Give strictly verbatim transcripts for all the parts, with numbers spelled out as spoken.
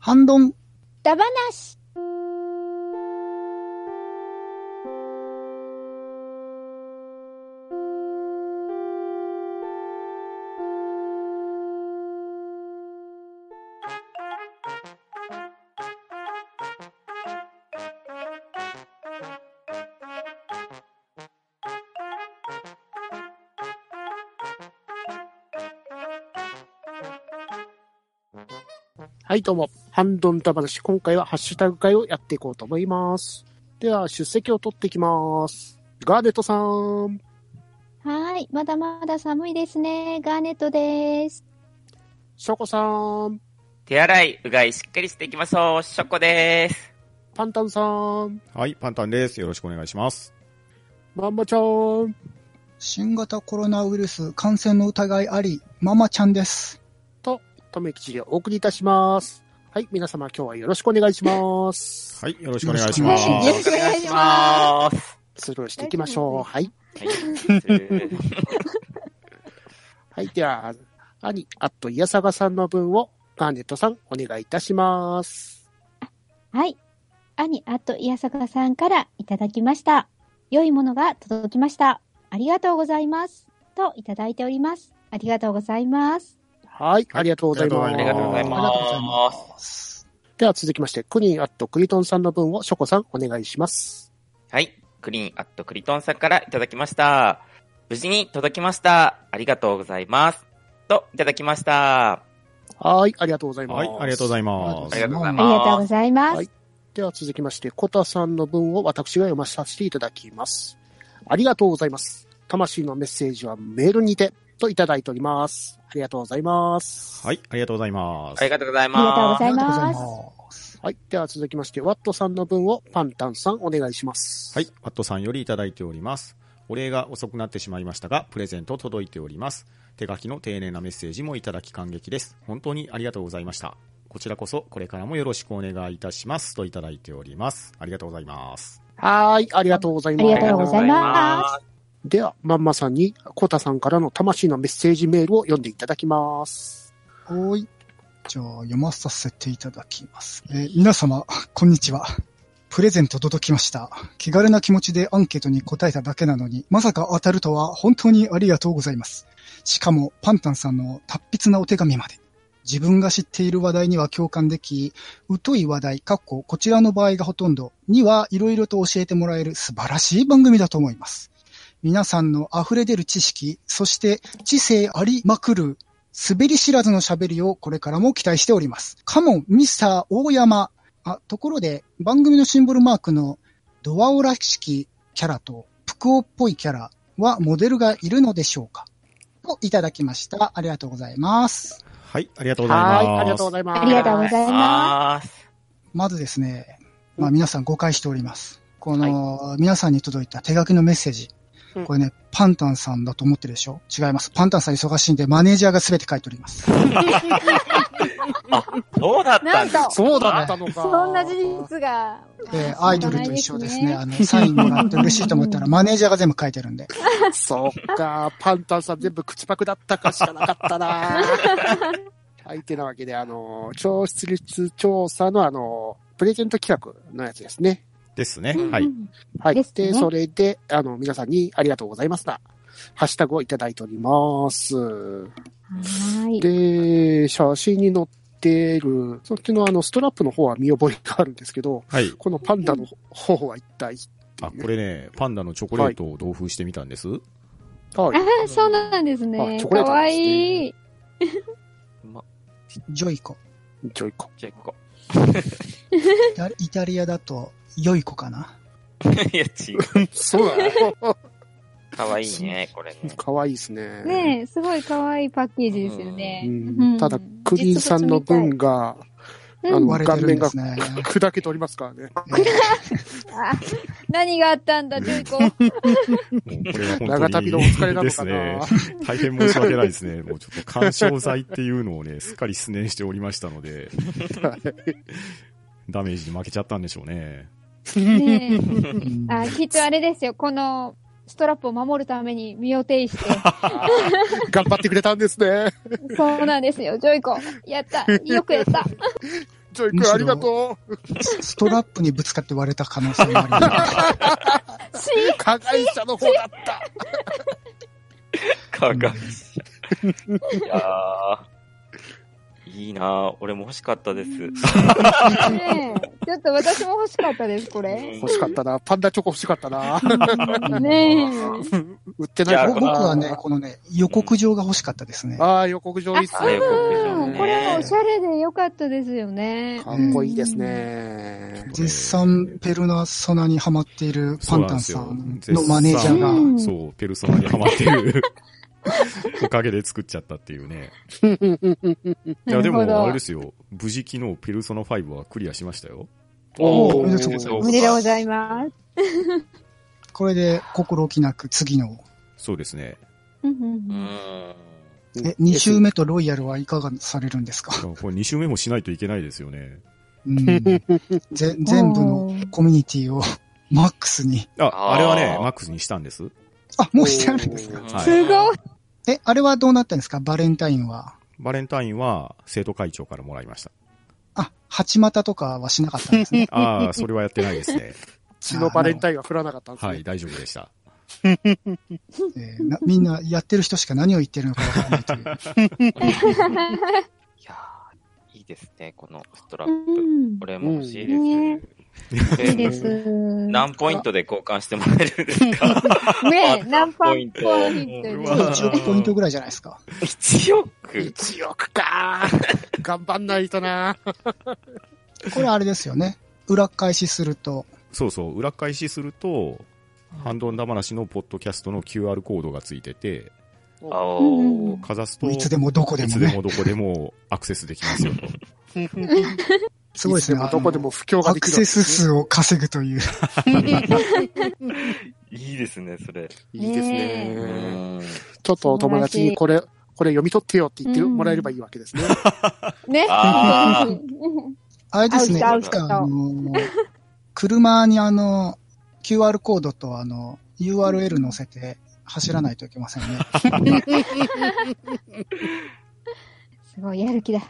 ハンドンダ話。 はい、どうも。ハンドンダ話。今回はハッシュタグ会をやっていこうと思います。では、出席を取っていきます。ガーネットさん。 はい。まだまだ寒いですね。ガーネットです。 ショコさん。 手洗い、うがいしっかりしていきましょう。ショコです。 パンタンさん。 はい、パンタンです。よろしくお願いします。 ママちゃん。 新型コロナウイルス感染の疑いあり、ママちゃんです。 と、とめきちでお送りいたします。はい、皆様今日はよろしくお願いします。 はい、よろしくお願いします。 よろしくお願いします。 スルーしていきましょう。はい。はい、では、兄、あっと、いやさがさんの分を、ガーネットさん、お願いいたします。 はい。兄、あっと、いやさがさんからいただきました。良いものが届きました。ありがとうございます。と、いただいております。ありがとうございます。 はい、ありがとうございます。 ありがとうございます。 では続きまして、クリーンアットクリトンさんの分をショコさんお願いします。 はい、クリーンアットクリトンさんからいただきました。無事に届きました。ありがとうございます。と、いただきました。 はい、ありがとうございます。 はい、ありがとうございます。 ありがとうございます。 ありがとうございます。はい、 では続きまして、コタさんの分を私が読まさせていただきます。ありがとうございます。魂のメッセージはメールにてといただいております。ありがとうございます。 はい、ありがとうございます。 ありがとうございます。 ありがとうございます。 はい。では続きまして、ワットさんの分をパンタンさんお願いします。 はい、ワットさんよりいただいております。お礼が遅くなってしまいましたが、プレゼント届いております。手書きの丁寧なメッセージもいただき感激です。本当にありがとうございました。こちらこそこれからもよろしくお願いいたしますといただいております。ありがとうございます。 はい、ありがとうございます。 ありがとうございます。 では、まんまさんに、コタさんからの魂のメッセージメールを読んでいただきます。 はーい。じゃあ、読まさせていただきます。えー、皆様、こんにちは。プレゼント届きました。気軽な気持ちでアンケートに答えただけなのに、まさか当たるとは本当にありがとうございます。しかも、パンタンさんの達筆なお手紙まで。自分が知っている話題には共感でき、疎い話題、かっここちらの場合がほとんどにはいろいろと教えてもらえる素晴らしい番組だと思います。皆さんの溢れ出る知識、そして知性ありまくる、滑り知らずの喋りをこれからも期待しております。カモン、ミスター大山。あ、ところで、番組のシンボルマークのドワオらしきキャラとプクオっぽいキャラはモデルがいるのでしょうかといただきました。ありがとうございます。 はい、ありがとうございます。 はい、ありがとうございます。 ありがとうございます。 まずですね、まあ皆さん誤解しております。この、はい、皆さんに届いた手書きのメッセージ。これね、パンタンさんだと思ってるでしょ？違います。パンタンさん忙しいんで、マネージャーがすべて書いております。 あ、そうだったんだ。 そうだったのか。 そんな事実が。 えー、アイドルと一緒ですね。あの、サインもらって嬉しいと思ったら、マネージャーが全部書いてるんで。 そうか、パンタンさん全部口パクだったかしかなかったな。はい、てなわけで、あの、超出率調査のあの、プレゼント企画のやつですね。 ですね。はい。 はい。で、ね、それで、あの、皆さんにありがとうございますが、ハッシュタグをいただいております。 はい。 で、写真に載っている、そっちのあの、ストラップの方は見覚えがあるんですけど、はい。このパンダの方は一体、ね、 あ、これね、パンダのチョコレートを同封してみたんです。はい。 はい、あ、そうなんですね。かわいい。 ジョイコ。 ジョイコ。 ジョイコ。 イタリアだと、良い子かな。 いや、違う。 そうだよ。 かわいいね、これね。 かわいいですね。 ねえ、すごいかわいいパッケージですよね。 うんうん、ただ、クリーンさんの分が、あの、顔面が砕けておりますからね。 あ、何があったんだ、ジョイコ。 長旅のお疲れなのかな。 ね、大変申し訳ないですね。もうちょっと干渉剤っていうのをね、すっかり失念しておりましたので、ダメージに負けちゃったんでしょうね。 ねえ。あ、きっとあれですよ、この、ストラップを守るために身を挺して。 頑張ってくれたんですね。 そうなんですよ、ジョイコ。やった。よくやった。 ジョイ君ありがとう。 ストラップにぶつかって割れた可能性もあります。 加害者の方だった。 加害者。いやー、いいなぁ。俺も欲しかったです。 ねえちょっと私も欲しかったです、これ。 欲しかったな。パンダチョコ欲しかったな。 ねえ。 売ってないのかな。 僕はね、このね、予告状が欲しかったですね。 ああ、予告状いいっすね。 予告状うん、これもおしゃれで良かったですよね。 かっこいいですね。 絶賛ペルソナにハマっているパンタンさんのマネージャーが。 うんそう、ペルソナにハマってる。おかげで作っちゃったっていうね。いや、でも、あれですよ。無事昨日ペルソナファイブはクリアしましたよ。 おー、おおめでとうございます。 おめでとうございます。 これで心置きなく次の。 そうですね。 うんうんううんん。 え、に週目とロイヤルはいかがされるんですか？ これに週目もしないといけないですよね。 うん、ぜ全部のコミュニティをマックスに。 あ、 あーあれはね、マックスにしたんです。 あ、もうしてあるんですか？ はいすごい。 え、あれはどうなったんですか？バレンタインは。 バレンタインは生徒会長からもらいました。 あ、八股とかはしなかったんですね。 ああ、それはやってないですね。 血のバレンタインは降らなかったんですね。 はい、大丈夫でした。 えーなみんなやってる人しか何を言ってるのかわからないという。 いやー、いいですね、このストラップ。 うん俺も欲しいです。 うんいいです。 何ポイントで交換してもらえるんですか？ ねえ、何パポイントポイントうわで。 いちおくポイントぐらいじゃないですか。 いちおく。 いちおくかー。頑張んないとな。 これあれですよね。裏返しすると、 そうそう、裏返しすると、ハンドンダ話のポッドキャストの キューアール コードがついてて、 あおー。 かざすと、 いつでもどこでいもね。 つでもどこでもアクセスできますよと。 すごいですね。 いつでもどこでも布教がアできるクセス数を稼ぐという。 いいですね、それ。 いいですうね。 ん。 ちょっとお友達にこれ、これ読み取ってよって言ってもらえればいいわけですね。 ね。 ああれですね。 アウトいつか、あの、車にあの、キューアール コードとあの、ユーアールエル 載せて走らないといけませんね。 すごい、やる気だ。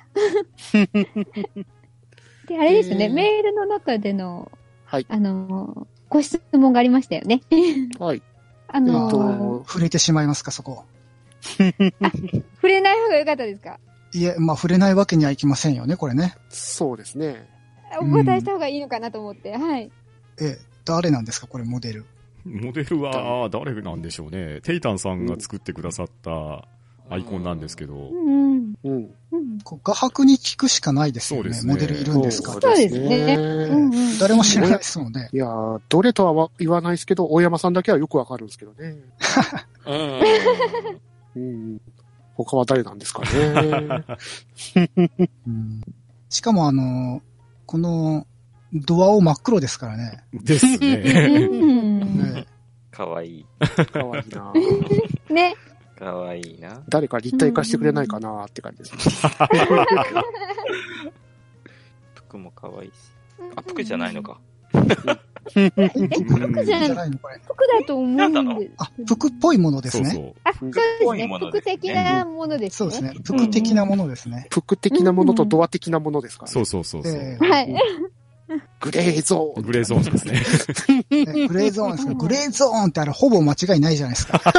で、あれですね、 えーメールの中での、 はい。 あの、ご質問がありましたよね。 はい。 あの、 えっと触れてしまいますか、そこ。 触れない方が良かったですか？ いえ、まあ、触れないわけにはいきませんよね、これね。 そうですね。 お答えした方がいいのかなと思って、はい。 え、誰なんですか、これ、モデル。 モデルは誰なんでしょうね。テイタンさんが作ってくださったアイコンなんですけど。 うんうん。 うん。 うんこう画伯に聞くしかないですよね。 そうですねモデルいるんですか？ そうですねうんうん。 誰も知らないですもんね。 いやー、どれとはわ言わないですけど、大山さんだけはよくわかるんですけどね。 うん。 うん。他は誰なんですかね。 うんしかもあの、この、ドアを真っ黒ですからね。 ですうね。 んねかわいい。 かわいいな。 ね。 かわいいな。 誰か立体化してくれないかなって感じですね。 服もかわいいし。あ、服じゃないのか。 え、 服じゃないないのこれ。 服だと思うんです。 あ、服っぽいものですね。 そうそう。 あ、そう服っぽですね。 いものですね服的なものですね。 そうですね。服的なものですね。 服的なものとドア的なものですからね。 そうそうそうそう。 ええはい。 グレーゾーン。 グレーゾーンですね。 えグレーゾーンですか？グレーゾーンってあれほぼ間違いないじゃないですか。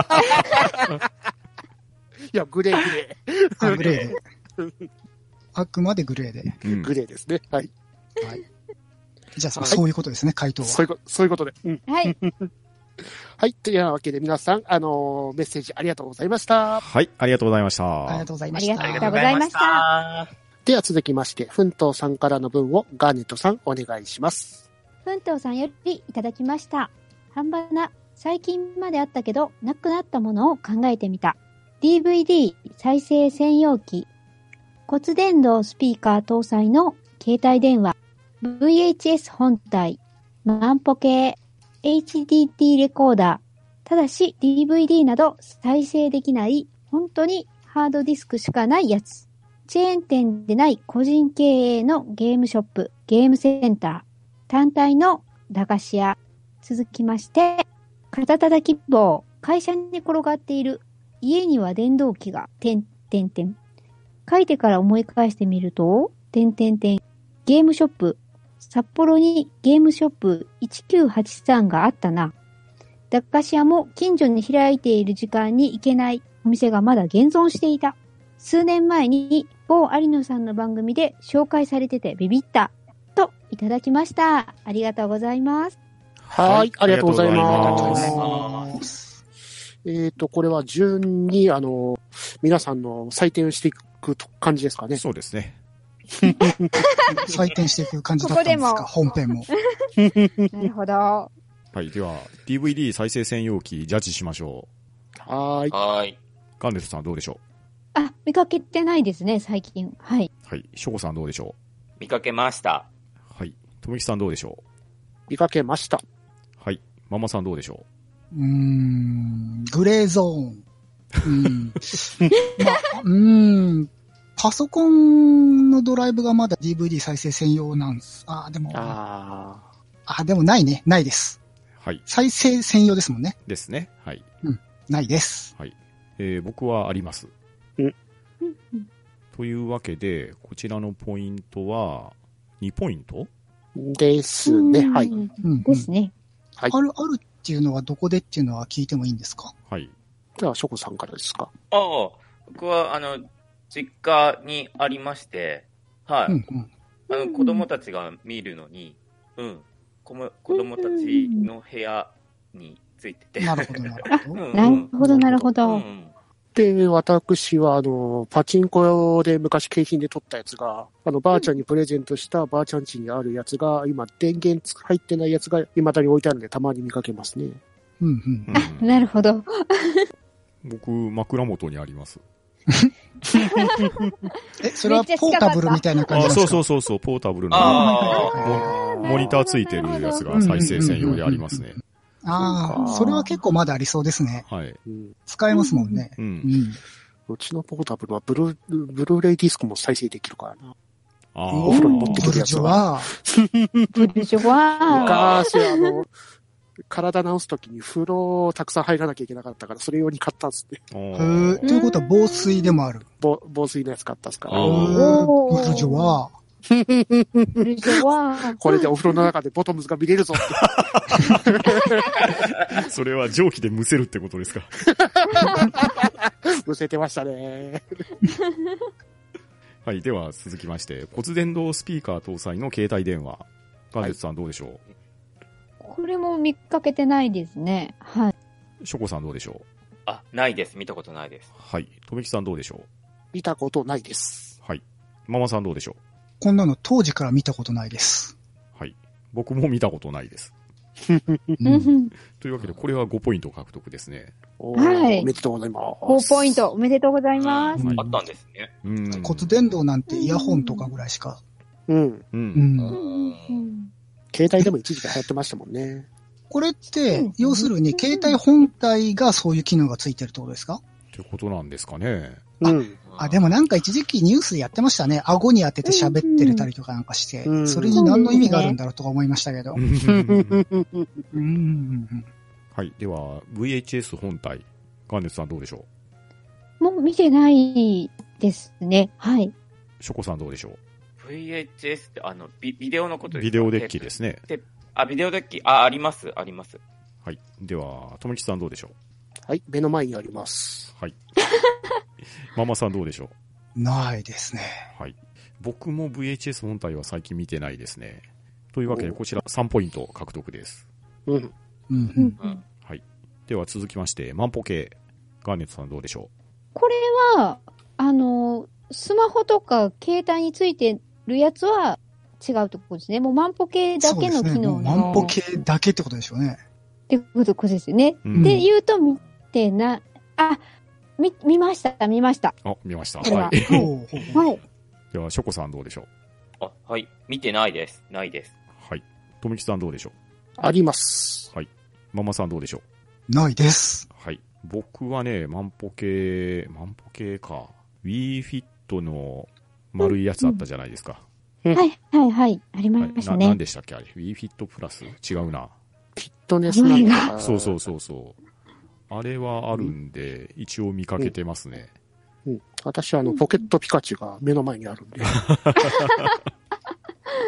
いや、グレーグレあグレーで。あくまでグレーで。 うんー。グレーですね。はい。 はい。じゃあ、 はいそういうことですね、回答は。 そういうこと、そういうことで。うん。 はい。 はい。というわけで皆さん、あのーメッセージありがとうございました。 はい、ありがとうございました。 ありがとうございました。 ありがとうございましたでは続きまして、奮闘さんからの分をガーネットさんお願いします。 奮闘さんよりいただきました。半ばな、最近まであったけど、なくなったものを考えてみた。ディーブイディー 再生専用機。骨伝導スピーカー搭載の携帯電話。ブイエイチエス 本体。万歩計。エイチディーティー レコーダー。ただし ディーブイディー など再生できない、本当にハードディスクしかないやつ。チェーン店でない個人経営のゲームショップ、ゲームセンター。単体の駄菓子屋。続きまして、肩たたき棒。会社に転がっている。家には電動機が、てんてんてん。書いてから思い返してみると、てんてんてん。 ゲームショップ、札幌にゲームショップいちきゅうはちさんがあったな。駄菓子屋も近所に開いている時間に行けないお店がまだ現存していた。数年前に某有野さんの番組で紹介されててビビった。といただきました。ありがとうございます。 はい、ありがとうございありがとうまございす。えっと、これは順に、あの、皆さんの採点をしていく感じですかね。 そうですね。 採点していく感じだったんですか、 こ本編も。 なるほど。 はい。では、ディーブイディー 再生専用機ジャッジしましょはーい。 はーい。 う。ガンネスさんどうでしょあ、見かけてないですね、最近。はい。 う。はい。ショコさんどうでしょ見かけました。 う。はい。とめきさんどうでしょ見かけました。 う。はい。ママさんどうでしょうーん、グレーゾーン。うん。まあ、うーん、パソコンのドライブがまだ ディーブイディー 再生専用なんです。あ、でも、 ああ、でもないね。ないです。 う。はい。 再生専用ですもんね。 ですね。はい。 ないです。 はい。えー、僕はあります。 うんというわけで、こちらのポイントは、にポイントーですね。 うんはい。 うん、 ですね。 はいある、あるっていうのはどこでっていうのは聞いてもいいんですか？ はい。 では、ショコさんからですか。 ああ、僕は、あの、実家にありまして、はい。 うん、うん。 あの、子供たちが見るのに、うん。こも子供たちの部屋についてて。 なるほど、なるほど。 うんなるほど、なるほうど。 ん。 で、私は、あの、パチンコで昔景品で取ったやつが、あの、ばあちゃんにプレゼントしたばあちゃん家にあるやつが、今、電源入ってないやつが未だに置いてあるんで、たまに見かけますね。 うん、うん。 うんなるほど。 僕、枕元にあります。 え、それはポータブルみたいな感じあ、そうなんですか？ そうそうそう、ポータブルのあモモニターついてるやつが再生専用でありますね。 ああ、それは結構まだありそうですね。 はい。 うん、 使えますもんね。 う。 うんん。 うちのポータブルはブルー、ブルーレイディスクも再生できるからな。 ああ。 お風呂に持ってブルジョワブルジョワー。 昔、あの、体直すときに風呂たくさん入らなきゃいけなかったから、それ用に買ったんですね。 あー。へーーということは防水でもある。 防防水のやつ買ったんですから。 あーおーブルジョワブルジョワー。 これでお風呂の中でボトムズが見れるぞって。 それは蒸気で蒸せるってことですか？ むせてましたね。 はい。では、続きまして、骨伝導スピーカー搭載の携帯電話。ガーネツさんどうでしょこれも見かけてないですね。はい。 う？ショコさんどうでしょう？ あ、ないです。見たことないです。 はい。とめきさんどうでしょ見たことないです。 う？はい。ママさんどうでしょこんなの当時から見たことないです。 う？はい。僕も見たことないです。 ううんん。 というわけで、これはごポイント獲得ですね。 おはいおめでとうございます。 ごポイントおめでとうございます。 はいあったんですね。 うん。 骨伝導なんてイヤホンとかぐらいしか。 うん。 う。 うん。 うんんうん携帯でも一時期流行ってましたもんね。 これっうてん、 要するに携帯本体がそういう機能がついてるってことですか？ ってことなんですかね。 うん。 あ、でもなんか一時期ニュースでやってましたね。顎に当てて喋ってれたりとかなんかしてう、んそれに何の意味があるんだろうとか思いましたけど。 ううんん。 はい。では、ブイエイチエス 本体。ガーネツさんどうでしょもう見てないですね。はい。 う？ショコさんどうでしょう？ ブイエイチエス ってあのビ、ビデオのことですか？ ビデオデッキですね。 あ、ビデオデッキ、あ、あります、あります。 はい。では、とめきさんどうでしょはい、目の前にあります。 う？はい。ママさんどうでしょないですね。 う？はい。僕も ブイエイチエス 本体は最近見てないですね。というわけで、こちらさんポイント獲得です。 うん。 うんううんん。 うん。 はい。では続きまして、万歩計。ガーネットさんどうでしょこれは、あの、スマホとか携帯についてるやつは違うところですね。もう万歩計だけの機能そうですね。万歩計だけってことでしょうね。 ってことですよね。 う？うん。 で、言うと見てな、あ、見、見ました、見ました。 あ、見ました。 これは。 はい。 ほうほうほうはい。 では、ショコさんどうでしょう？ あ、はい。見てないです。ないです。 はい。とめきさんどうでしょあります。 う？はい。ママさんどうでしょう？ ないです。 はい。僕はね、万歩計、万歩計か。WeFit の丸いやつあったじゃないですか。 はい、はい、はい。ありまはい、 したな、なんね。 でしたっけあれ。WeFit プラス違うな。 フィットネスなんとか。 そうそうそうそう。あれはあるんで、一応見かけてますね。 うん。私はあの、ポケットピカチュウが目の前にあるんで。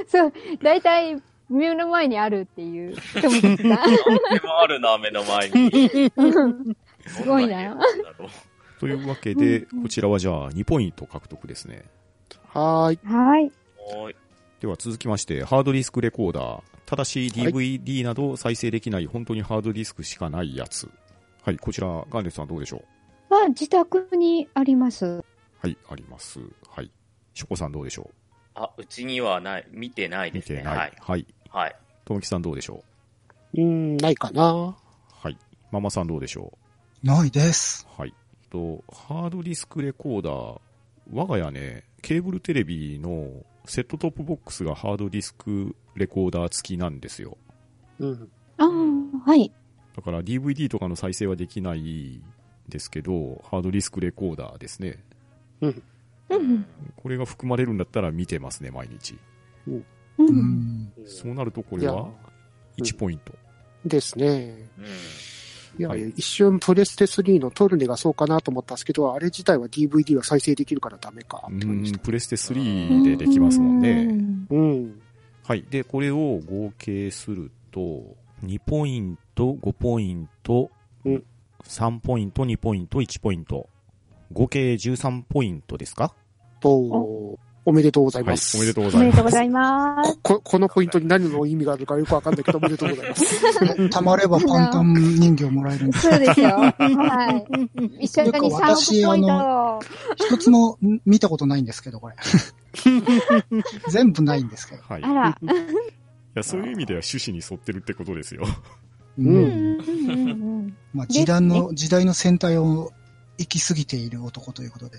そう、だいたい目の前にあるっていう。ともきさん。 なんでもあるな、目の前に。 すごいな。 というわけで、こちらはじゃあにポイント獲得ですね。 はーい。 はい。 はい。 では続きまして、ハードディスクレコーダー。ただし ディーブイディー など再生できない本当にハードディスクしかないやつ。はい、こちら、ガンレスさんどうでしょう？ は、自宅にあります。 はい、あります。はい。ショコさんどうでしょあ、うちにはない、見てないうですね。 見てない。 はい。 はい。 はい。 ともきさんどうでしょうーん、ないかな。 う？はい。ママさんどうでしょないです。 う？はい。と、ハードディスクレコーダー。我が家ね、ケーブルテレビのセットトップボックスがハードディスクレコーダー付きなんですよ。 うん。 ああ、はい。 だから ディーブイディー とかの再生はできないですけど、ハードディスクレコーダーですね。 うん。 うん。 これが含まれるんだったら見てますね、毎日。 う。 うんん。 そうなるとこれはいやいちポイント。 ですね。 うん。 いや、 はい一瞬プレステスリーのトルネがそうかなと思ったんですけど、あれ自体は ディーブイディー は再生できるからダメかうって思いましん、 た。 プレステスリーでできますもんね。 うん。 はい。で、これを合計すると、にポイント、ごポイント、 うんさんポイント、にポイント、いちポイント。合計じゅうさんポイントですか？ と、おめでとうございはい。 ます。 おめでとうごおざいます。 めでとうございます。 こ、このポイントに何の意味があるかよくわかんないけど、おめでとうございます。 たまればパンタン人形もらえるんです。 そうですよ。はい。一緒にさんポイント。 一つもん見たことないんですけど、これ。全部ないんですけど。 はい。いあら。 や、そういう意味では趣旨に沿ってるってことですよ。 う。 うんん。 うんうんうんまあ、時代の、時代の先端を行き過ぎている男ということで。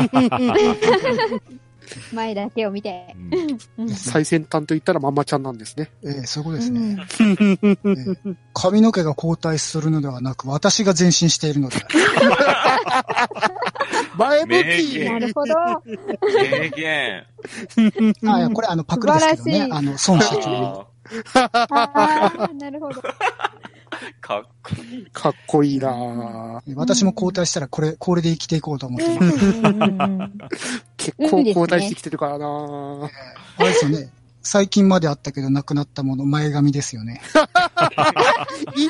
前だけを見て。 うんうん最先端と言ったらママちゃんなんですね。 ええそういうことですね。ええ髪の毛が後退するのではなく、私が前進しているのであ前向名き言なるほど。 名言。 る。あいやこれあの、パクリですけどね。 素晴らしいあの、孫子という。 あああ、なるほど。 ーかっこいい。 かっこいいなぁ。 私も交代したら、これ、これで生きていこうと思ってます。 結構交代してきてるからなぁ。 あれですよね。最近まであったけど、なくなったもの、前髪ですよね。 いて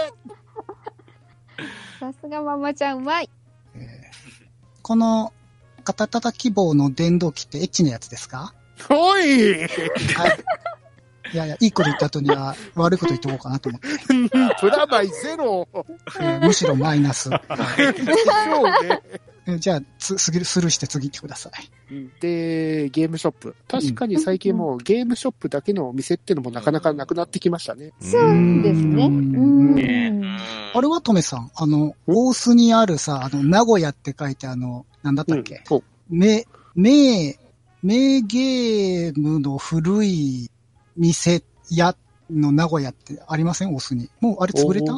さすがママちゃんうまい。 ええこの、肩叩き棒の電動機ってエッチなやつですか？ おいはい。いやいや、いいこと言った後には悪いこと言っておこうかなと思って。 プラマイゼロえーむしろマイナス。 でしょうね。 えーじゃあ、つ、すぎる、スルーして次行ってください。 で、ゲームショップ。確かに最近もうゲームショップだけのお店っていうのもなかなかなくなってきましたね。 そうですね。うんねうんあれはトメさん、あの、大須にあるさ、あの、名古屋って書いてあの、なんだったっけ、 うん、 め、め、名ゲームの古い店屋の名古屋ってありません？大須に。もうあれ潰れた？ う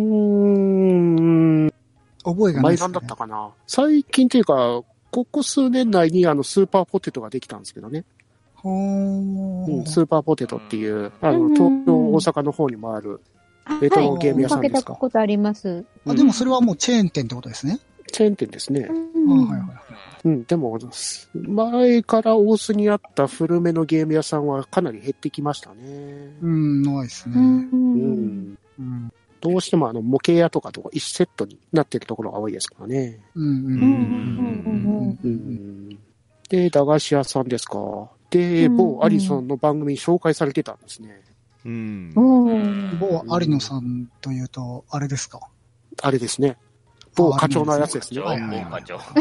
ーん。 覚えがないですね。 前なんだったかな。最近っていうか、ここ数年内にあのスーパーポテトができたんですけどね。 ほうん、 ー。 スーパーポテトっていう、あの、 うん東京、大阪の方にもある、レトロゲーム屋さんかけですか。 たことあります。 あ、でもそれはもうチェーン店ってことですね。 チェーン店ですね。 あはいはい。 うん、でも、前から大須にあった古めのゲーム屋さんはかなり減ってきましたね。 うん、ないですね。 う。 うんん。 うん。 どうしてもあの模型屋とかと一セットになってるところが多いですからね。 うん。うん。 うんうんうん。で、駄菓子屋さんですか。で、 うん某アリソンの番組に紹介されてたんですね。 うん。 うん某有野さんというと、あれですか？ あれですね。某課長のやつですね。 課長、 はいはいはい課長。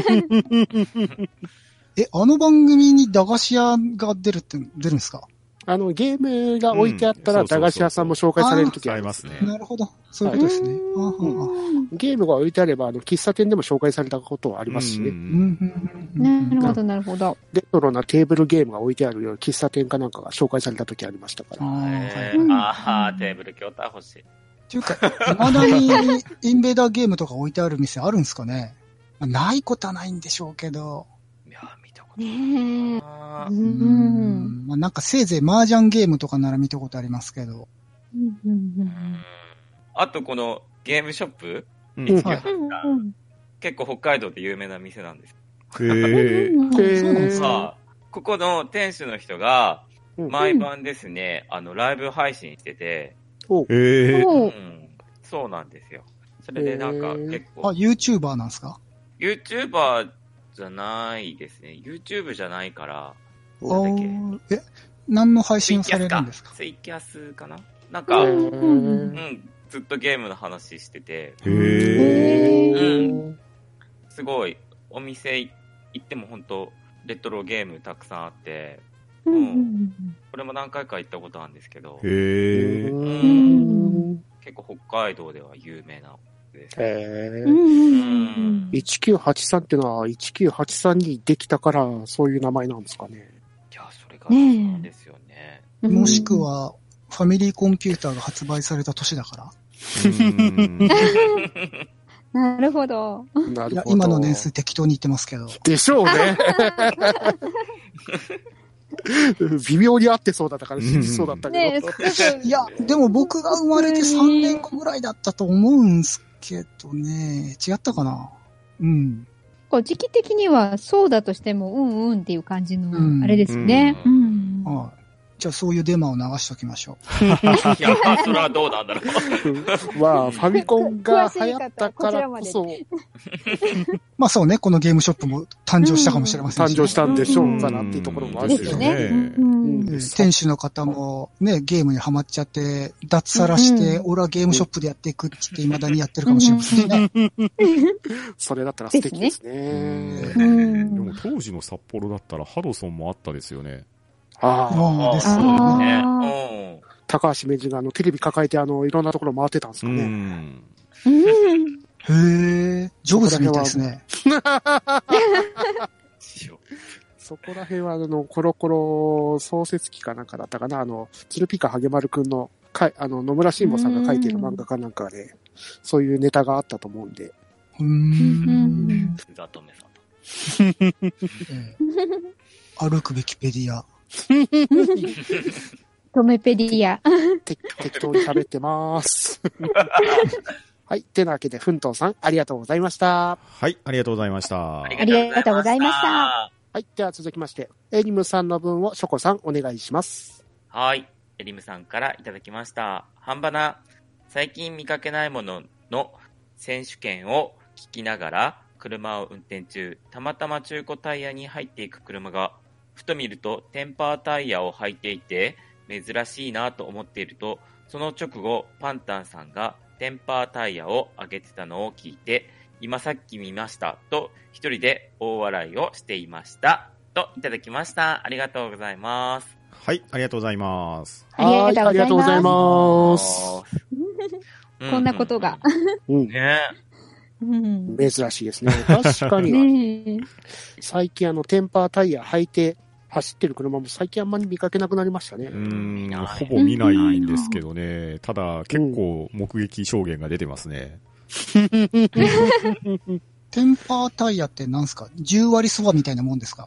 え、あの番組に駄菓子屋が出るって、出るんですか？ あの、ゲームが置いてあったら、 うん駄菓子屋さんも紹介されるときありま。 使えますすね。 なるほど。そういうことですね。あははゲームが置いてあれば、あの、喫茶店でも紹介されたことはありますしうね。 うんん。 なるほど、なるほど。 レトロなテーブルゲームが置いてあるような喫茶店かなんかが紹介されたときありましたから。 あーはいえうんーあー、テーブル筐体欲しい。 っていうか、未だにインベーダーゲームとか置いてある店あるんですかね？まあないことはないんでしょうけど。 いや、見たことない。 ねえ。 あう。 うんまあなんかせいぜい麻雀ゲームとかなら見たことありますけど。 うんうんーあと、このゲームショップ、 うん。 うんはい。 うん結構北海道で有名な店なんです。 へえ。 うんでそうなんですかさあ、ここの店主の人が、 毎晩ですね、あの、ライブ配信してて、 おへえ。 おううん、そうなんですよ。それでなんか結あ、 構、 YouTuber なんですか？ YouTuber じゃないですね。YouTube じゃないから、 あなんだっけーえ、何の配ツ信をさイキャスかれるんですか？ ツイキャスかななんか、 へうーん、ずっとゲームの話してて、 へえ。 うんすごい、お店行っても本当レトロゲームたくさんあって、 うんうんこれも何回か行ったことあるんですけど、 へえ。 うん結構北海道では有名なです。 へーうんうんうんいちきゅうはちさんってのはいちきゅうはちさんにできたからそういう名前なんですかね。 いや、それがねえそうなんですよね。 うんもしくは、ファミリーコンピューターが発売された年だからうんなるほど。 いやなるほど。 今の年数適当に言ってますけど。 でしょうね。微妙に合ってそうだったから信じそうだったねえ、 けど。 すごくいや、でも僕が生まれてさんねんごぐらいだったと思うんすけどね。違ったかな？うん。 こう時期的にはそうだとしても、うんうんっていう感じうんの、あれですね。 ううん。 はい。じゃあそういうデマを流しておきましょいや、それはどうなんだろう。 まあ、ファミコンが流行ったからこそ、 詳しう。まあそうね、このゲームショップも誕生したかもしれませんし、 誕生したんでしょうかなっていうところもあるですよね。 ですよねうんうんえー店主の方もね、ゲームにハマっちゃって、脱サラして、 うん俺はゲームショップでやっていくって言って未だにやってるかもしれませんしね。 それだったら素敵ですね。 うんでも当時の札幌だったらハドソンもあったですよね。 ああ、 ああ、ですそうよですね。 あうん。 高橋名人があのテレビ抱えてあのいろんなところ回ってたんですうかね。 ん。 うんへえ、ジョブズみたいですね。 そこら辺はあのコロコロ創設期かなんかだったかな。あの、鶴ピカハゲマルくんのかい、あの野村慎吾さんが書いている漫画かなんかで、そういうネタがあったと思うんで。 うーん。 ザトメさん。 ええ歩くべきペディア。 トメペディア。 て適当に喋ってます。はい。てなわけで、ふんとうさん、ありがとうございました。 はい、ありがとうございました。 ありがとうございましたはい。では続きまして、エリムさんの分をショコさんお願いします。 はい。エリムさんからいただきました。半ばな、最近見かけないものの選手権を聞きながら、車を運転中、たまたま中古タイヤに入っていく車が、ふと見るとテンパータイヤを履いていて、珍しいなと思っていると、その直後、パンタンさんがテンパータイヤを上げてたのを聞いて、今さっき見ましたと一人で大笑いをしていましたといただきました。ありがとうございます。 はい、ありがとうございます。 ありがとうございますはありがとうございます。 こんなことが。 うん。 ねうん珍しいですね。確かに、 ねえ。 最近あの、テンパータイヤ履いて走ってる車も最近あんまり見かけなくなりましたねう。ーん、 ないほぼ見ないんですけどね。ただ、結構目撃証言が出てますね。 テンパータイヤって何すか？ じゅう 割そばみたいなもんですか？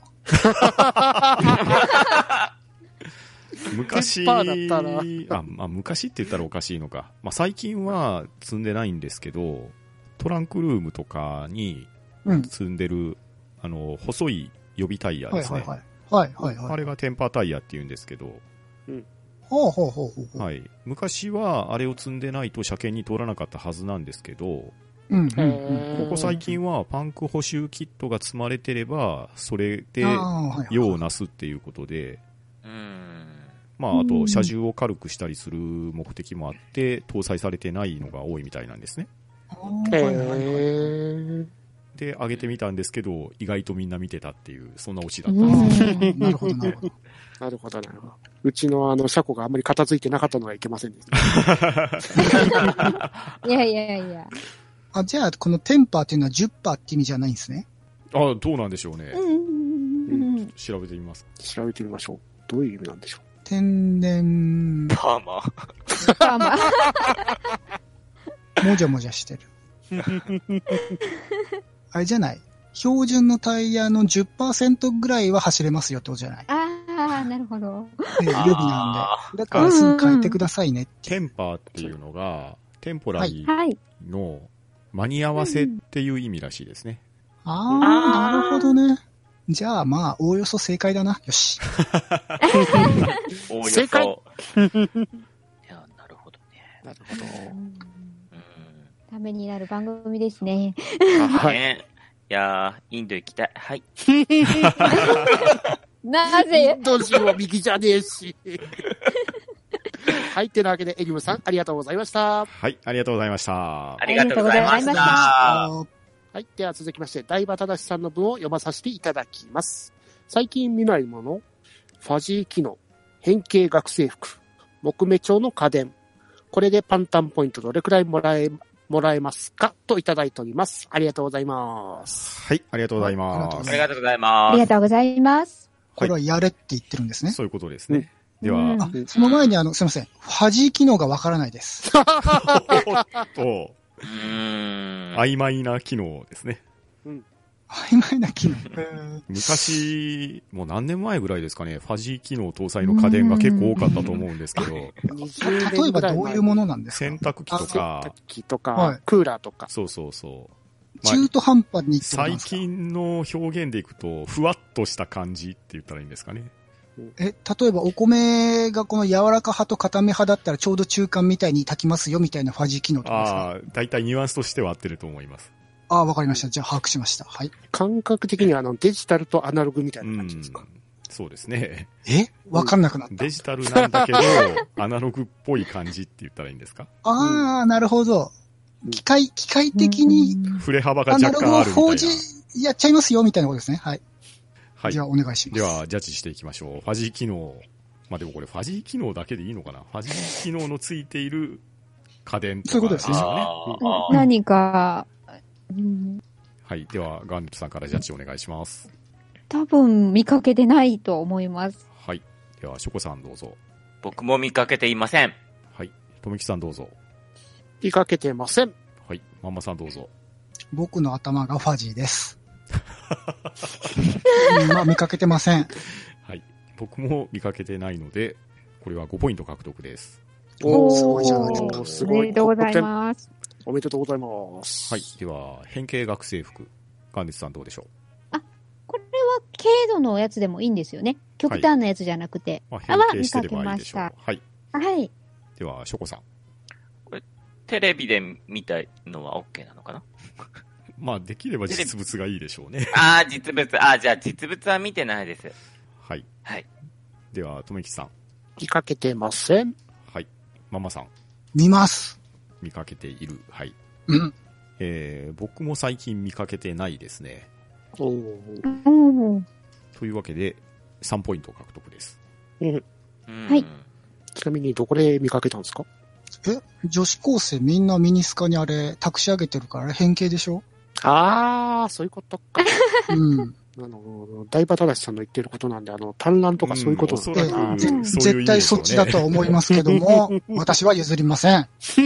昔、 テンパーだったらあ、まあ、昔って言ったらおかしいのか。まあ、最近は積んでないんですけど、トランクルームとかにうん。 積んでる、あの、細い予備タイヤですね。 はいはいはい。はいはいはい。 あれがテンパータイヤって言うんですけど、 ほうほうほうほうほう。 はい。昔はあれを積んでないと車検に通らなかったはずなんですけど、 うんうんうん。 ここ最近はパンク補修キットが積まれてれば、それであーはいはい用をなすっていうことで、 うん。 まあ、あと、車重を軽くしたりする目的もあって、搭載されてないのが多いみたいなんですね。 へあーはいはいはい。 ー。 で、上げてみたんですけど、意外とみんな見てたっていう、そんなオチだったんですよ。 うんなるほどなるほど。 なるほど、なるほど。うちのあの、車庫があんまり片付いてなかったのがいけませんでした。 いやいやいや。 あ、じゃあ、このテンパーっていうのはじゅっパーって意味じゃないんですね。 あ、どうなんでしょうね。 うんうんうん調べてみます。 調べてみましょう。どういう意味なんでしょ天然、 パーマ。 まあまあ。 もじゃもじゃしてる。あれじゃない。標準のタイヤの じゅっパーセント ぐらいは走れますよってことじゃない。 ああ、なるほど。 で、予備なんで。だからすぐ変えてくださいねって。 テンパーっていうのが、テンポラリはい。 ーの間に合わせっていう意味らしいですね。 あー、なるほどね。 じゃあまあ、おおよそ正解だな。よし。 おおよそ。 正解いや、なるほどね。 なるほど。 うん。 ためになる番組ですね。 はい。 ね、いやー、インド行きたい。はい。 なぜインド人は右じゃねえし。はい。てなわけで、エリムさん、ありがとうございました。 はい、ありがとうございました。 ありがとうございましありがとうございましたた。 はい。では続きまして、大場正さんの文を読まさせていただきます。最近見ないもの、ファジー機能、変形学生服、木目調の家電。これでパンタンポイントどれくらいもらえ、もらえますかといただいております。ありがとうございます。 はい、ありがとうございます。 ありがとうございあます。 りがとうございます。 これはやれって言ってるんですね。 そういうことですね。では、 うんあ、その前にあの、すいません。ファジー機能がわからないです。 と、 うーん。 曖昧な機能ですね。 曖昧な機能。 昔、もう何年前ぐらいですかね、ファジー機能搭載の家電が結構多かったと思うんですけど、 にじゅうねん例えばぐらい前どういうものなんですか？ 洗濯機と洗か濯、機とか、 はいクーラーとか。 そうそうそう。まあ中途半端にってことなん最ですか？ 近の表現でいくと、ふわっとした感じって言ったらいいんですかね。 え、例えばお米がこの柔らか派と固め派だったらちょうど中間みたいに炊きますよみたいなファジー機能ってことですか？ ああ、だいたいニュアンスとしては合ってると思います。 ああ、わかりました。じゃあ把握しました。はい。 感覚的にはあのデジタルとアナログみたいうなん感じですか。 そうですね。 えわかんなくなった。 デジタルなんだけど、アナログっぽい感じって言ったらいいんですか？ ああ、なるほど。 うん機械、機械的に触れ幅がアナログを若干あるみたいな。 表示やっちゃいますよみたいなことですね。はい。 はいじゃあお願いします。 では、ジャッジしていきましょう。ファジー機能。まあでもこれ、ファジー機能だけでいいのかな？ファジー機能のついている家電とかそういうことですねよね。 あー何か、うんはい。では、ガーネットさんからジャッジお願いします。 多分見かけてないと思います。 はい。では、ショコさんどうぞ。 僕も見かけていません。 はい。とめきさんどうぞ。 見かけてません。 はい。マンマさんどうぞ。 僕の頭がファジーです。うんまあ見かけてません。 はい。僕も見かけてないので、これはごポイント獲得です。 おーすごいじゃないですかおーすおごい。 めでとうございます。 おめでとうございます。 はい。では、変形学生服。ガーネットさんどうでしょう？ これは軽度のやつでもいいんですよね。極端なやつじゃなくて。 まあ、 あは変形してればいいでしょう。 見かはい。 はい。 では、ショコさん。 テレビで見たのは OK なのかな？ まあ、できれば実物がいいでしょうね。 ああ、実物。ああ、じゃあ実物は見てないです。 はい。 はい。 では、とめきさん。 見かけてません。 はい。ママさん。 見ます。 見かけている。はい。 うん。 えー、僕も最近見かけてないですね。 おーうん。 というわけで、さんポイント獲得です。 うんうんはいちなみにどこで見かけたんですか？ え、女子高生みんなミニスカにあれ、託し上げてるからあれ変形でしょ？ あー、そういうことか。 うん。 あの、大場正さんの言ってることなんで、あの、単乱とかそういうことなんだうんおそらくえうんそういう意味でしょうね絶対そっちだとは思いますけども、私は譲りません。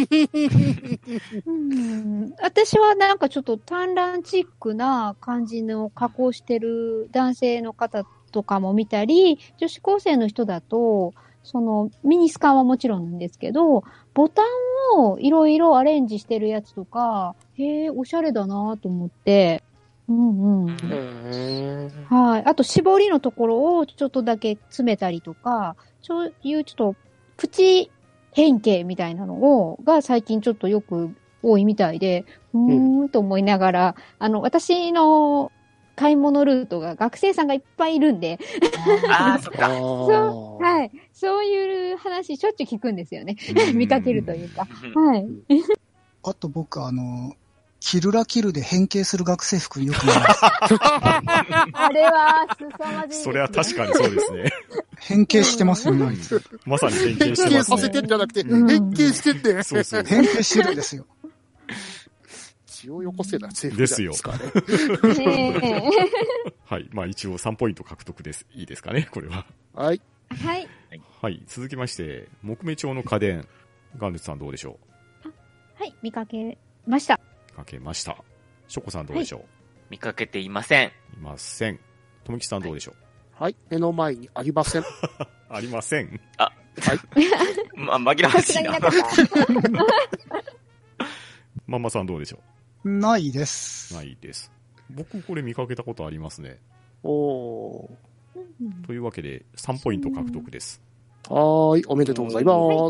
うん私はなんかちょっと単乱チックな感じの加工してる男性の方とかも見たり、女子高生の人だと、そのミニスカはもちろんなんですけど、ボタンをいろいろアレンジしてるやつとか、へえ、おしゃれだなと思って、うんうん。 うんへーはい。あと、絞りのところをちょっとだけ詰めたりとか、そういうちょっと、プチ変形みたいなのを、が最近ちょっとよく多いみたいで、うーんと思いながら、あの、私の買い物ルートが学生さんがいっぱいいるんで、 ああ、そっあか。 ーはい。そういう話しょっちゅう聞くんですよね。 うん見かけるというか。はい。 あと僕あの、キルラキルで変形する学生服よく見ます。 あれは、凄まじいですね。 それは確かにそうですね。 変形してますよね、あいつ。 まさに変変形してます形させてね。 んじゃなくて、 うん変形してんだよ。 そうそう。 変形してるんですよ。 血をよこせな制服じゃないですかね。 ねはい。まあ一応さんポイント獲得です。いいですかね、これは。 はい。 えはい。 はい。続きまして、木目調の家電。ガンデツさんどうでしょはい。見かけました。 う？かけました。ショコさんどうでしょう？ 見かけていません。 いません。ともきさんどうでしょう？ はい。目の前にありません。 ありません。 ま、紛らわしいな。 さすがになかった。 ママさんどうでしょないですう？。ないです。僕これ見かけたことありますね。 おというわけで、さんポイント獲得です。 ー。はーい、おめでとうございます。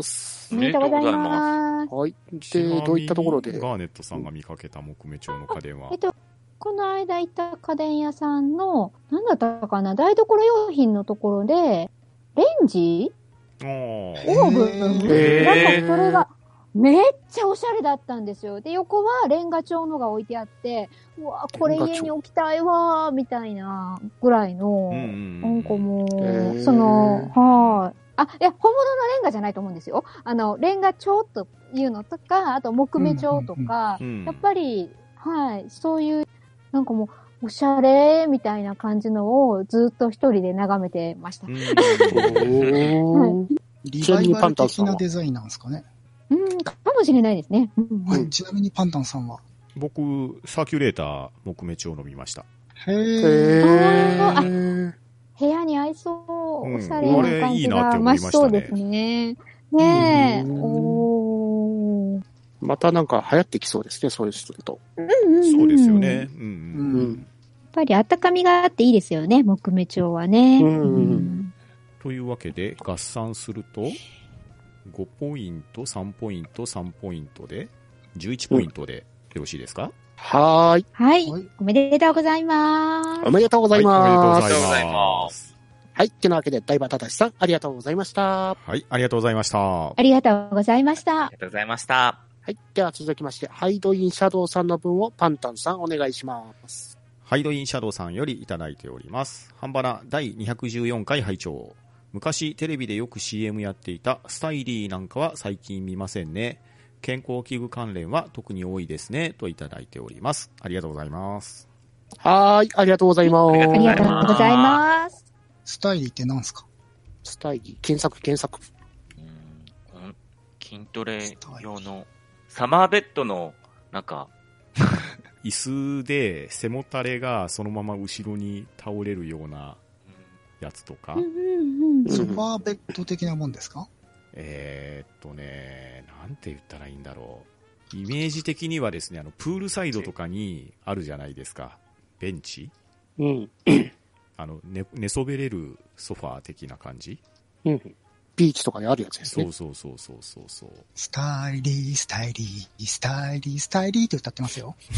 おめでとうございます。 はい。で、どういったところでガーネットさんが見かけた木目調の家電は、 えっと、この間行った家電屋さんの、なんだったかな、台所用品のところで、レンジあーオーブンへーなんかそれが、めっちゃおしゃれだったんですよ。で、横はレンガ調のが置いてあって、うわ、これ家に置きたいわー、みたいなぐらいの、 うんうんなんかもへーう、その、はい。あ、いや、本物のレンガじゃないと思うんですよ。あの、レンガ調というのとか、あと木目調とか、 うんうんうんやっぱり、はい、そういう、なんかもう、おしゃれみたいな感じのをずっと一人で眺めてました。 うんおー。 リバイバル的なデザインなんですかね。 うん、かもしれないですね。うんはい。ちなみにパンタンさんは。 僕、サーキュレーター木目調飲みました。 へへー。 ー。 部屋に合いそう、 うんおしゃれな感じが増しそうですね。ねえ、 うんおー。 またなんか流行ってきそうですね、そういう人だと。 うんうんうんそうですよね。うんううんうん。 やっぱり温かみがあっていいですよね、木目調はね。 うんうんというわけで、合算すると、ごポイント、さんポイント、さんポイントで、じゅういちポイントでよろしいですか？ はーい。 はいはい。 おめでとうございますお。めでとうございはい、おめでとうごます。 ざいおめでとうございま。 ますはい。ってなわけで、大場正さん、ありがとうございました。ははい、ありがとうございました。 ありがとうございましたあり。がとうございました。 い。では続きまして、ハイドインシャドウさんの分をパンタンさんお願いします。 ハイドインシャドウさんよりいただいております。ハンバナだいにひゃくじゅうよんかい拝聴。昔テレビでよく シーエム やっていたスタイリーなんかは最近見ませんね。健康器具関連は特に多いですね。といただいております。ありがとうございます。 はーい。ありがとうございます。 ありありがとうございます。 スタイリーって何すか？ スタイリー、検索、検索。 うんこの筋トレ用のサマーベッドの、なんか、 椅子で背もたれがそのまま後ろに倒れるようなやつとか、 うんうんうんソファーベッド的なもんですか？ えーっとね、なんて言ったらいいんだろう。イメージ的にはですね、あの、プールサイドとかにあるじゃないですか。ベンチうん。 あの、寝、寝そべれるソファー的な感じ。 うん。ビーチとかにあるやつですねそう。そうそうそうそうそう。 スタイリー、スタイリー、スタイリー、スタイリーって歌ってますよ。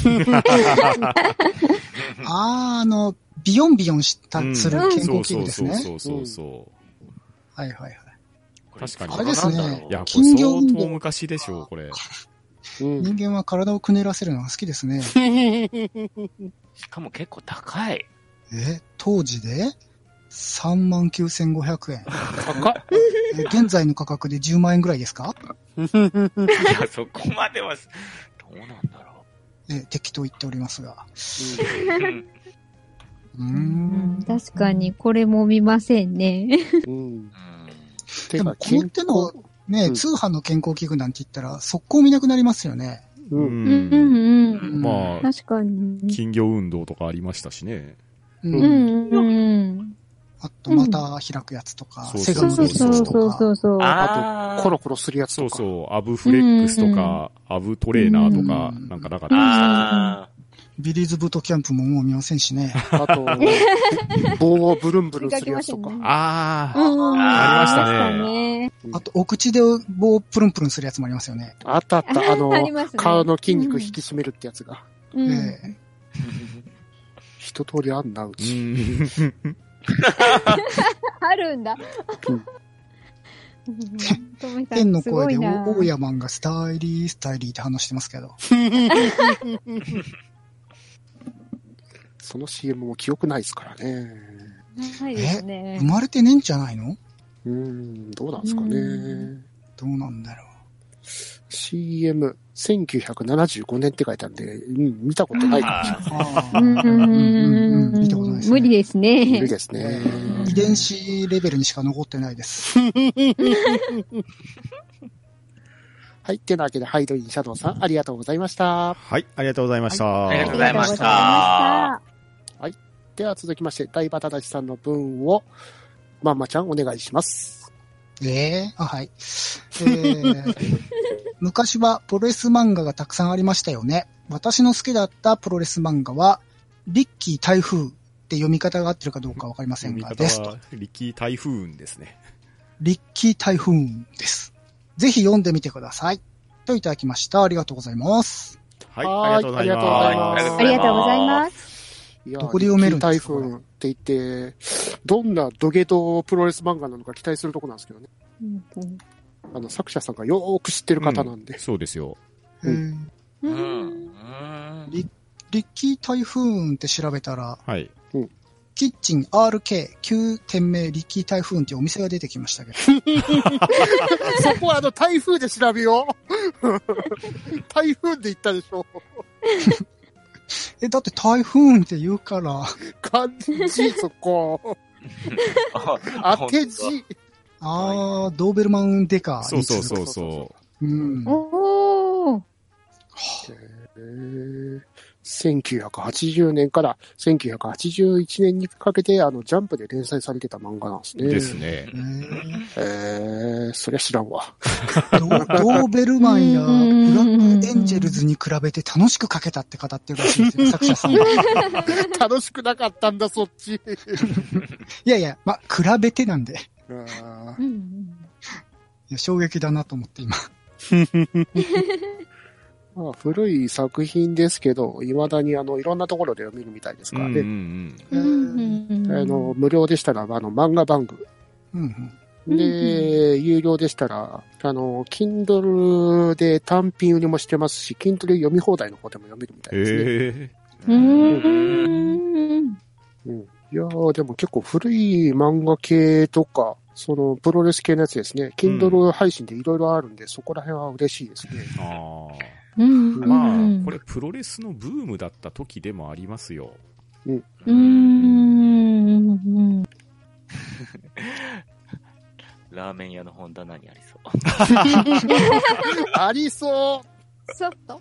あー、あの、ビヨンビヨンした、する健康器具ですね。 そうそうそうそうそう。 はいはいはい。 確かにあれですねなんだろういや、これ金魚運動相当昔でしょう、これ。 うん。 人間は体をくねらせるのが好きですね。 しかも結構高い。 え、当時でさんまんきゅうせんごひゃくえん。 高っ。 え現在の価格でじゅうまんえんぐらいですか？ いや、そこまでは、どうなんだろえ適当言っておりますが。 う。うんうーうんん。 確かに、これも見ませんね。 うん。 でも、この手のね、 うん通販の健康器具なんて言ったら、速攻見なくなりますよね。 う。 うんうんうんうん。 まあ、 確かに。 金魚運動とかありましたしね。 う。 うんんうん。 あと、また開くやつとか、 うんセガそうのそうそう技術とか。 そうそう。 あと、コロコロするやつとか。 そうそう、アブフレックスとか、アブトレーナーとか、 うんなんかなかったあビリーズブートキャンプももう見ませんしね。 あと、棒をブルンブルンするやつとか。 あー、 うんありましたねね。 あと、お口で棒をプルンプルンするやつもありますよね。 あったあった。あのありますね、 顔の筋肉引き締めるってやつが。 うんええ一通りあんな、ううち。 ん。 あるんだ。 うんトメさん天のすご声でいな大家マンがスタイリー、スタイリーって話してますけど。 その シーエム も記憶ないですからね。 ないですね生。まれてねえんじゃないの？ うーん、どうなんですかねう。 どうなんだろシーエム、せんきゅうひゃくななじゅうごねんって書いてあるんで、うん、見たことないかもしれない。 う。ああ。 うんうんうんうん見たことないですね。 無理ですね。 無理ですね。 遺伝子レベルにしか残ってないです。 はい。ってなわけで、ハイドインシャドウさん、ありがとうございました。 はい、ありがとうございました。 ありがとうございましたありがとうございまでは続きまして、大場正さんの分を、まんまちゃんお願いします。 ええあ、はい。えー、昔はプロレス漫画がたくさんありましたよね。私の好きだったプロレス漫画は、リッキー台風って読み方が合ってるかどうかわかりませんが、 読みですと。 方は、リッキー台風ですね。 リッキー台風です。ぜひ読んでみてください。といただきました。ありがとうございます。 はい、 はいありがとうございます。 ありがとうございます。 いや、 どこで読めるんですか？ 台風って言って、どんな土下座プロレス漫画なのか期待するところなんですけどね。 うんうん、 あの、作者さんがよーく知ってる方なんで。 うん、そうですよ。 うん、 うん。 リリッキー台風って調べたら、 はい。 うん、 キッチン アールケーきゅう 店名リッキー台風っていうお店が出てきましたけど。 そこはあの、台風で調べよう。台風で言ったでしょ。 え、だって台風って言うから。 漢字、そこ。当て字。 あー、ドーベルマンデカ。 そうそうそうそう。 うん。 おー。 へーせんきゅうひゃくはちじゅうねんからせんきゅうひゃくはちじゅういちねんにかけて、あの、ジャンプで連載されてた漫画なんですね。 ですね。 えー、そりゃ知らんわ。 ド, ドーベルマンやブラックエンジェルズに比べて楽しく描けたって語ってるらしいですよ、作者さんは。 楽しくなかったんだ、そっち。いやいや、ま、比べてなんで。 あうんうん、 いや衝撃だなと思って今。 まあ、古い作品ですけど、未だにあの、いろんなところで読めるみたいですからね。 うんうんうんうん、 あの、無料でしたら、あの、漫画番組。 うんうん、で、有料でしたら、あの、Kindle で単品売りもしてますし、Kindle 読み放題の方でも読めるみたいですね。 へー。うんうん。いやー、でも結構古い漫画系とか、その、プロレス系のやつですね。Kindle 配信でいろいろあるんで、そこら辺は嬉しいですね。 ああ。 うんまあ、これプロレスのブームだった時でもありますよ。 うん。 うーん。 ラーメン屋の本棚にありそう。 ありそうちょっと。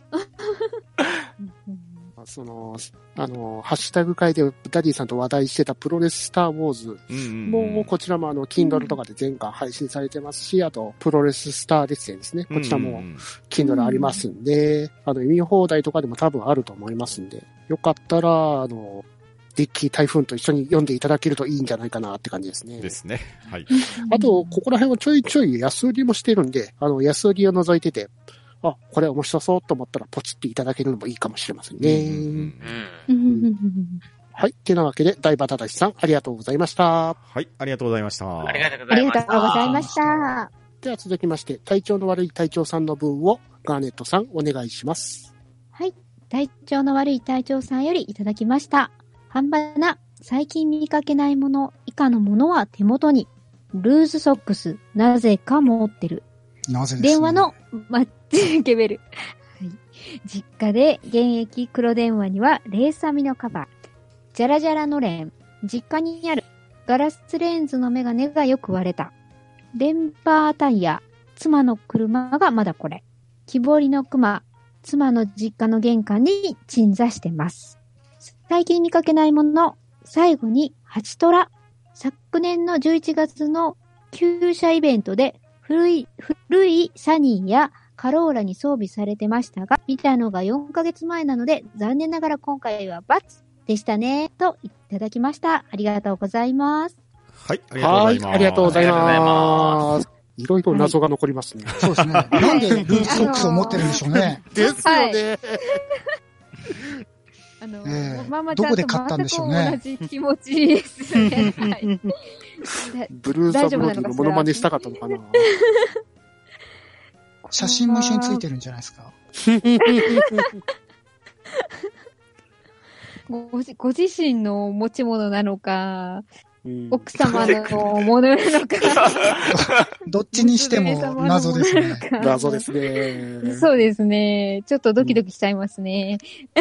その、あの、ハッシュタグ会でダディさんと話題してたプロレススターウォーズも、こちらもあの、Kindle とかで全巻配信されてますし、あと、プロレススター列伝ですね。こちらも Kindle ありますんで、あの、読み放題とかでも多分あると思いますんで、よかったら、あの、デッキー台風と一緒に読んでいただけるといいんじゃないかなって感じですね。 ですね。はい。 あと、ここら辺はちょいちょい安売りもしてるんで、あの、安売りを除いてて、あ、これ面白そうと思ったらポチっていただけるのもいいかもしれませんね。 うんはい。てなわけで、大場正さん、ありがとうございました。 はい、ありがとうございました。 ありがとうごありざいました。 がとうございました。 では続きまして、体調の悪い隊長さんの分を、ガーネットさん、お願いします。 はい。体調の悪い隊長さんよりいただきました。半ばな、最近見かけないもの、以下のものは手元に。ルーズソックス、なぜか持ってる。 なぜですね。 電話のマッチケベル。はい。実家で現役黒電話にはレース編みのカバー。ジャラジャラのレン。実家にあるガラスレンズのメガネがよく割れた。レンバータイヤ。妻の車がまだこれ。木彫りの熊。妻の実家の玄関に鎮座してます。最近見かけないもの。最後にハチトラ。昨年のじゅういちがつの旧車イベントで古い、古いサニーやカローラに装備されてましたが、見たのがよんかげつまえなので、残念ながら今回はバツでしたね、といただきました。ありがとうございます。 はい、ありがとうございます。 はい、ありがとうございありがとうございま。 ますいろいろ謎が残りますね。はい、 そうですね。なんでルーズソックスを持ってるんでしょうね。 ですよね。 あの、 えーママちゃんと全く同じ気持ちですね。はい、 ブルーザブロディのモノマネしたかったのかな。 写真も一緒についてるんじゃないですか。 ご, ご自身の持ち物なのか、 うん、 奥様のものなのか。 どっちにしても謎ですね。 謎ですね。 そうですね。ちょっとドキドキしちゃいますね。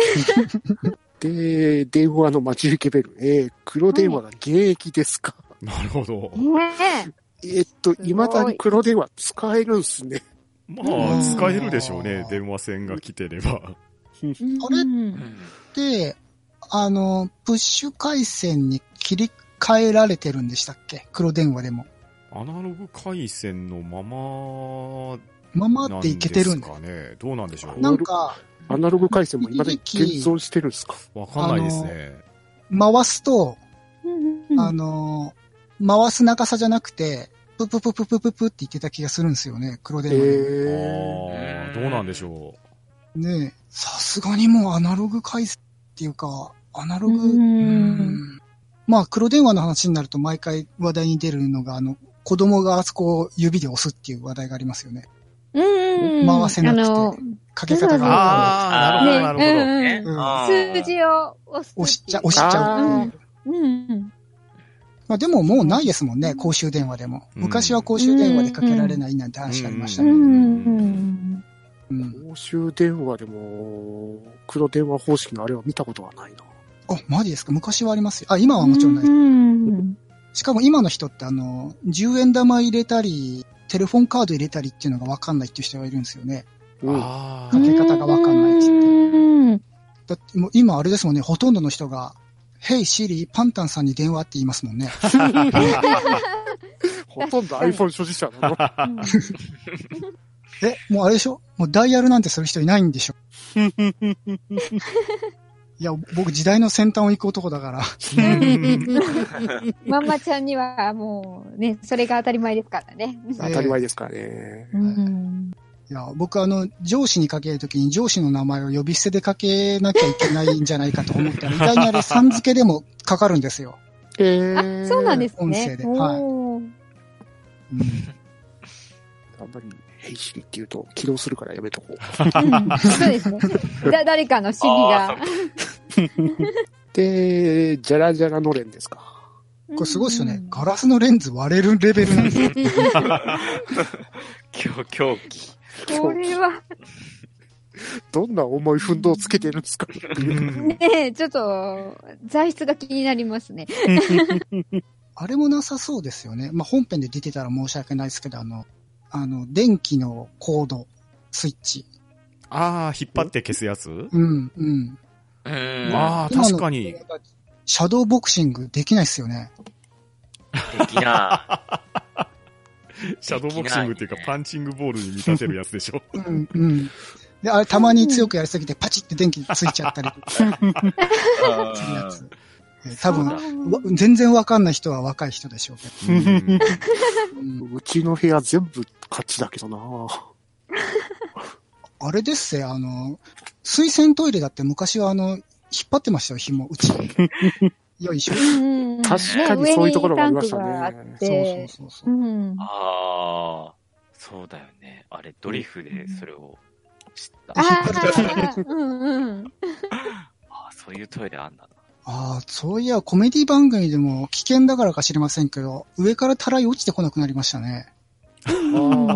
で、電話の待ち受けベル。えー、黒電話が現役ですか。 なるほど。 ねえっと、未だに黒電話使えるんすね。 まあ、使えるでしょうね。電話線が来てれば。 あれって、あの、プッシュ回線に切り替えられてるんでしたっけ？黒電話でも。 アナログ回線のまま、 ままっていけてるんですかね。どうなんでしょう。 なんか、 アナログ回線も未だに現存してるんですか？ わかんないですね。 回すと、 うんうんあのー、回す長さじゃなくて、プププププププって言ってた気がするんですよね、黒電話で。 えああ、どうなんでしょねえ、さすがにもうアナログ回線っていうか、アナログ、 うんうんまあ黒電話の話になると毎回話題に出るのが、あの、子供があそこを指で押すっていう話題がありますよね。 うんうんうん。 回せなくてあの、 かけ方がああ、なるほど、なるほど。 ねうんあー数字を押すっていう。 押しちゃ、押しちゃう。 うんうんうん。 まあでももうないですもんね、公衆電話でも。 うん昔は公衆電話でかけられないなんて話がありましたね。 うんうんうん公衆電話でも、黒電話方式のあれは見たことはないな。 あ、マジですか？昔はありますよ。あ、今はもちろんないです。 うんしかも今の人ってあの、じゅうえん玉入れたり、テレフォンカード入れたりっていうのがわかんないっていう人がいるんですよね。 うん。 あかけ方がわかんないですって。 うんだってもう今あれですもんね、ほとんどの人が、Hey Siri、パンタンさんに電話って言いますもんね。 ほとんど iPhone 所持者なの。 え、もうあれでしょ？もうダイヤルなんてする人いないんでしょ？いや、僕時代の先端を行く男だから。 ママちゃんにはもうね、それが当たり前ですからね。 当たり前ですからね。 うんいや、僕あの、上司にかけるときに上司の名前を呼び捨てでかけなきゃいけないんじゃないかと思ったら、意外にあれさん付けでもかかるんですよ。 えー、 あ、そうなんです音ね。 声ではいおーうんあんまり、ヘイシリって言うと起動するからやめとこう。 うんそうですね。だ、誰かの指示が。 で、じゃらじゃらのれんですか。 これすごいですよね。ガラスのレンズ割れるレベルなんですよ。 狂狂気。 これは、 どんな重い奮闘をつけてるんですか。 ねえ、ちょっと、材質が気になりますね。 あれもなさそうですよね。まあ、本編で出てたら申し訳ないですけど、あの、あの、電気のコード、スイッチ。 ああ、引っ張って消すやつうん、うん。 うん。 ああ、 今の確かに。 シャドーボクシングできないっすよね。 できなシャドーボクシングっていうか、パンチングボールに見立てるやつでしょ。 うん、うん。で、あれたまに強くやりすぎてパチって電気ついちゃったりとかするやい。 つ。えー多分、 そうわ全然わかんない人は若い人でしょうけうんど。うんうちの部屋全部勝ちだけどな。 あれですね、あの、水洗トイレだって昔はあの、引っ張ってましたよ、紐、うち。よいしょ。 うん確かにそういうところがありましたね上にタンクがあっそうて、 そうそうそうう。 ん。 ああ、そうだよね。あれ、ドリフでそれを知った。 あああ、うんうん。 あ、そういうトイレあんだな。 ああ、そういや、コメディ番組でも危険だからか知りませんけど、上からたらい落ちてこなくなりましたね。 あー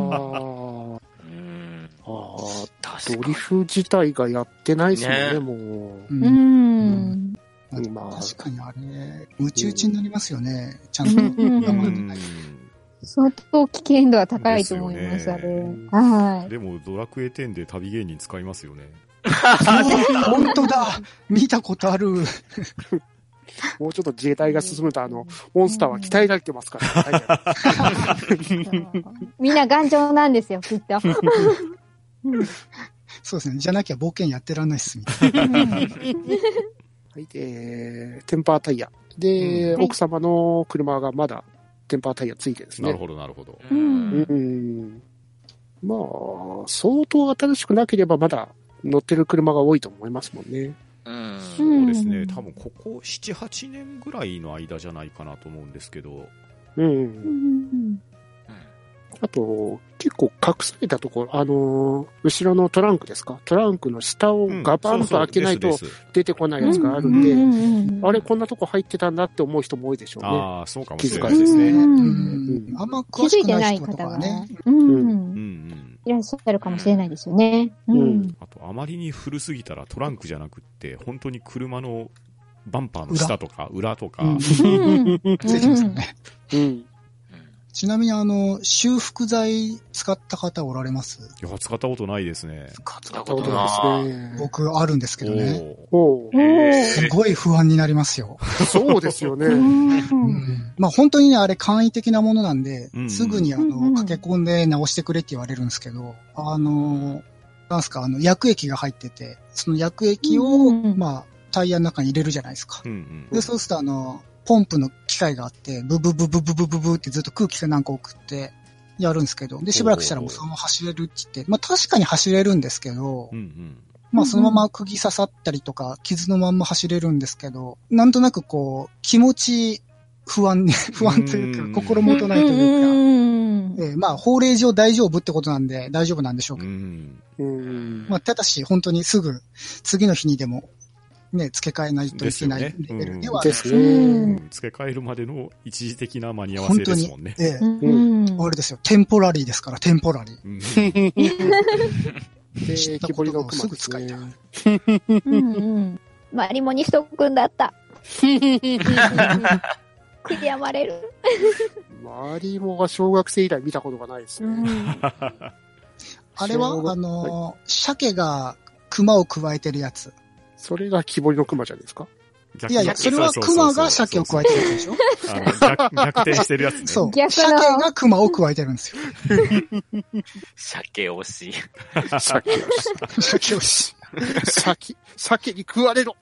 うん。 あー、 確かに。 ドリフ自体がやってないですもんね、 ねもう。 う。 うんん。 まあ確かにあれ、ムチ打ちになりますよね。ちゃんとうん我慢でない。 相当危険度は高いと思います、 ですよあれね。 はい。 でも、ドラクエテンで旅芸人使いますよね。 本当だ見たことある。 もうちょっと自衛隊が進むと、あの、モンスターは鍛えられてますから、ね。 みんな頑丈なんですよ、きっと。うんそうですね。じゃなきゃ冒険やってらんないっす、みたいな。 はい、で、テンパータイヤ。で、 うん奥様の車がまだテンパータイヤついてですね。 なるほど、なるほど。 ううんん。 うん。まあ、相当新しくなければまだ乗ってる車が多いと思いますもんね。 うん。 そうですね。多分、ここなな、はちねんぐらいの間じゃないかなと思うんですけど。 うん。 うんあと、結構隠されたところ、あのー後ろのトランクですか？トランクの下をガバンと開けないとそうそうですです出てこないやつがあるんで、 うんあれこんなとこ入ってたんだって思う人も多いでしょうね。 ああ、そうかもしれ気づかないいですすなでね。 うねうんん。あんま気詳しくづいてないない人とか方がはね。、 うんうんうん。 いらっしゃるかもしれないですよね。ううんん。 あと、あまりに古すぎたらトランクじゃなくって、本当に車のバンパーの下とか裏とか、 うんうんついてますよね。 うん。 ちなみにあの、修復剤使った方おられます？ いや、使ったことないですね。 使っ使たこととっことない。 ですね。 僕あるんですけどね。 おーおうおすごい不安になりますよ。 そうですよね。 ーうんまあ本当にね、あれ簡易的なものなんでう、んすぐにあうんうんの、駆け込んで直してくれって言われるんですけど、あの、なんすか、あの、薬液が入ってて、その薬液を、 うんうんまあ、 タイヤの中に入れるじゃないですか。 うんうん。 で、そうするとあの、ポンプの機械があって、ブブブブブブブブってずっと空気かなんか送ってやるんですけど、で、しばらくしたらもうそのまま走れるって言って、まあ確かに走れるんですけど、 うんうん。 まあそのまま釘刺さったりとか、傷のまんま走れるんですけど、なんとなくこう、気持ち不安に、不安というか、心もとないというか、えー、まあ法令上大丈夫ってことなんで大丈夫なんでしょうけど、 うんうん。 まあただし本当にすぐ次の日にでもね、付け替えないといけないレベルではある。 ですね。 付け替えるまでの一時的な間に合わせですもんね。 本当に。ええ。うん。あれですよ。テンポラリーですから、テンポラリー。うん、 で、木彫りの熊すぐ使いたい。 うんうん。マリモにしとくんだった。悔やまれる。 マリモが小学生以来見たことがないですね。うん、 あれは、あの、はい、鮭が熊を加えてるやつ。 それが木彫りの熊じゃないですか？ いやいや、それは熊が鮭を加えてるやつでしょ？ あの逆、逆転してるやつね。 そう。鮭が熊を加えてるんですよ。 鮭推し。 鮭推し。鮭推し。鮭、鮭に食われろ。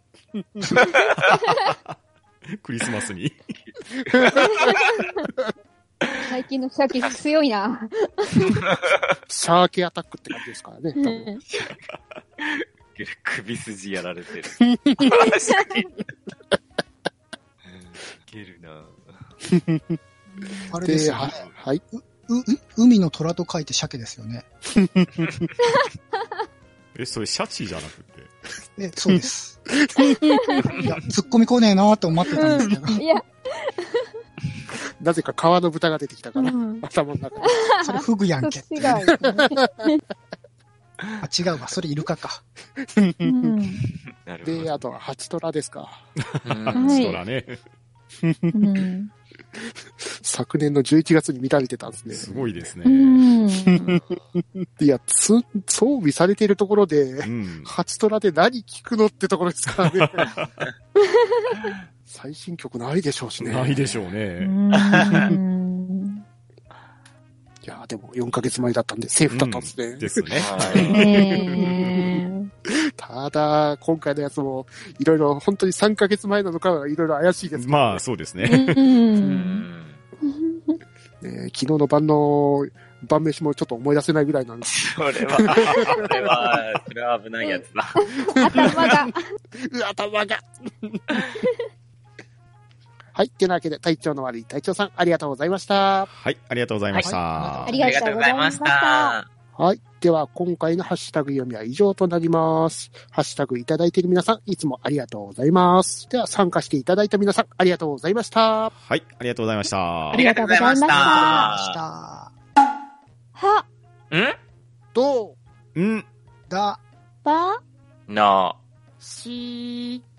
クリスマスに。 最近の鮭強いな。 鮭アタックって感じですからね。多分首筋やられてる。いけるなあれですよね。 はい。 う、う、海の虎と書いて鮭ですよね。 え、それシャチじゃなくて。 え、そうです。いや、突っ込み来ねえなーと思ってたんですけど。 うん、いや。 なぜか川の豚が出てきたから、うん、頭の中で。 それフグやんけ。 違う。 あ、違うわ。それイルカか。 うん、 で、あとはハチトラですか。 ハチトラね。 うん、 昨年のじゅういちがつに見られてたんですね。 すごいですね。 うん、 いや、つ、装備されているところで、うん、ハチトラで何聞くのってところですからね。最新曲ないでしょうしね。 ないでしょうね。 うんいやでもよんかげつまえだったんでセーフだったんですね。うん、 ですね。 ただ、今回のやつも、いろいろ本当にさんかげつまえなのかはいろいろ怪しいですけど、ね。 まあ、そうですね。うんね昨日の晩の晩飯もちょっと思い出せないぐらいなんです。 それは、それは、それは危ないやつだ。 頭が。 う頭が。はい。というわけで、隊長の悪い隊長さん、ありがとうございました。 はい。ありがとうございました。 はい、ありがとうございました。 はい。では、今回のハッシュタグ読みは以上となります。ハッシュタグいただいている皆さん、いつもありがとうございます。では、参加していただいた皆さん、ありがとうございました。 はい。ありがとうございました。 ありがとうございました。は。 んどんだばなし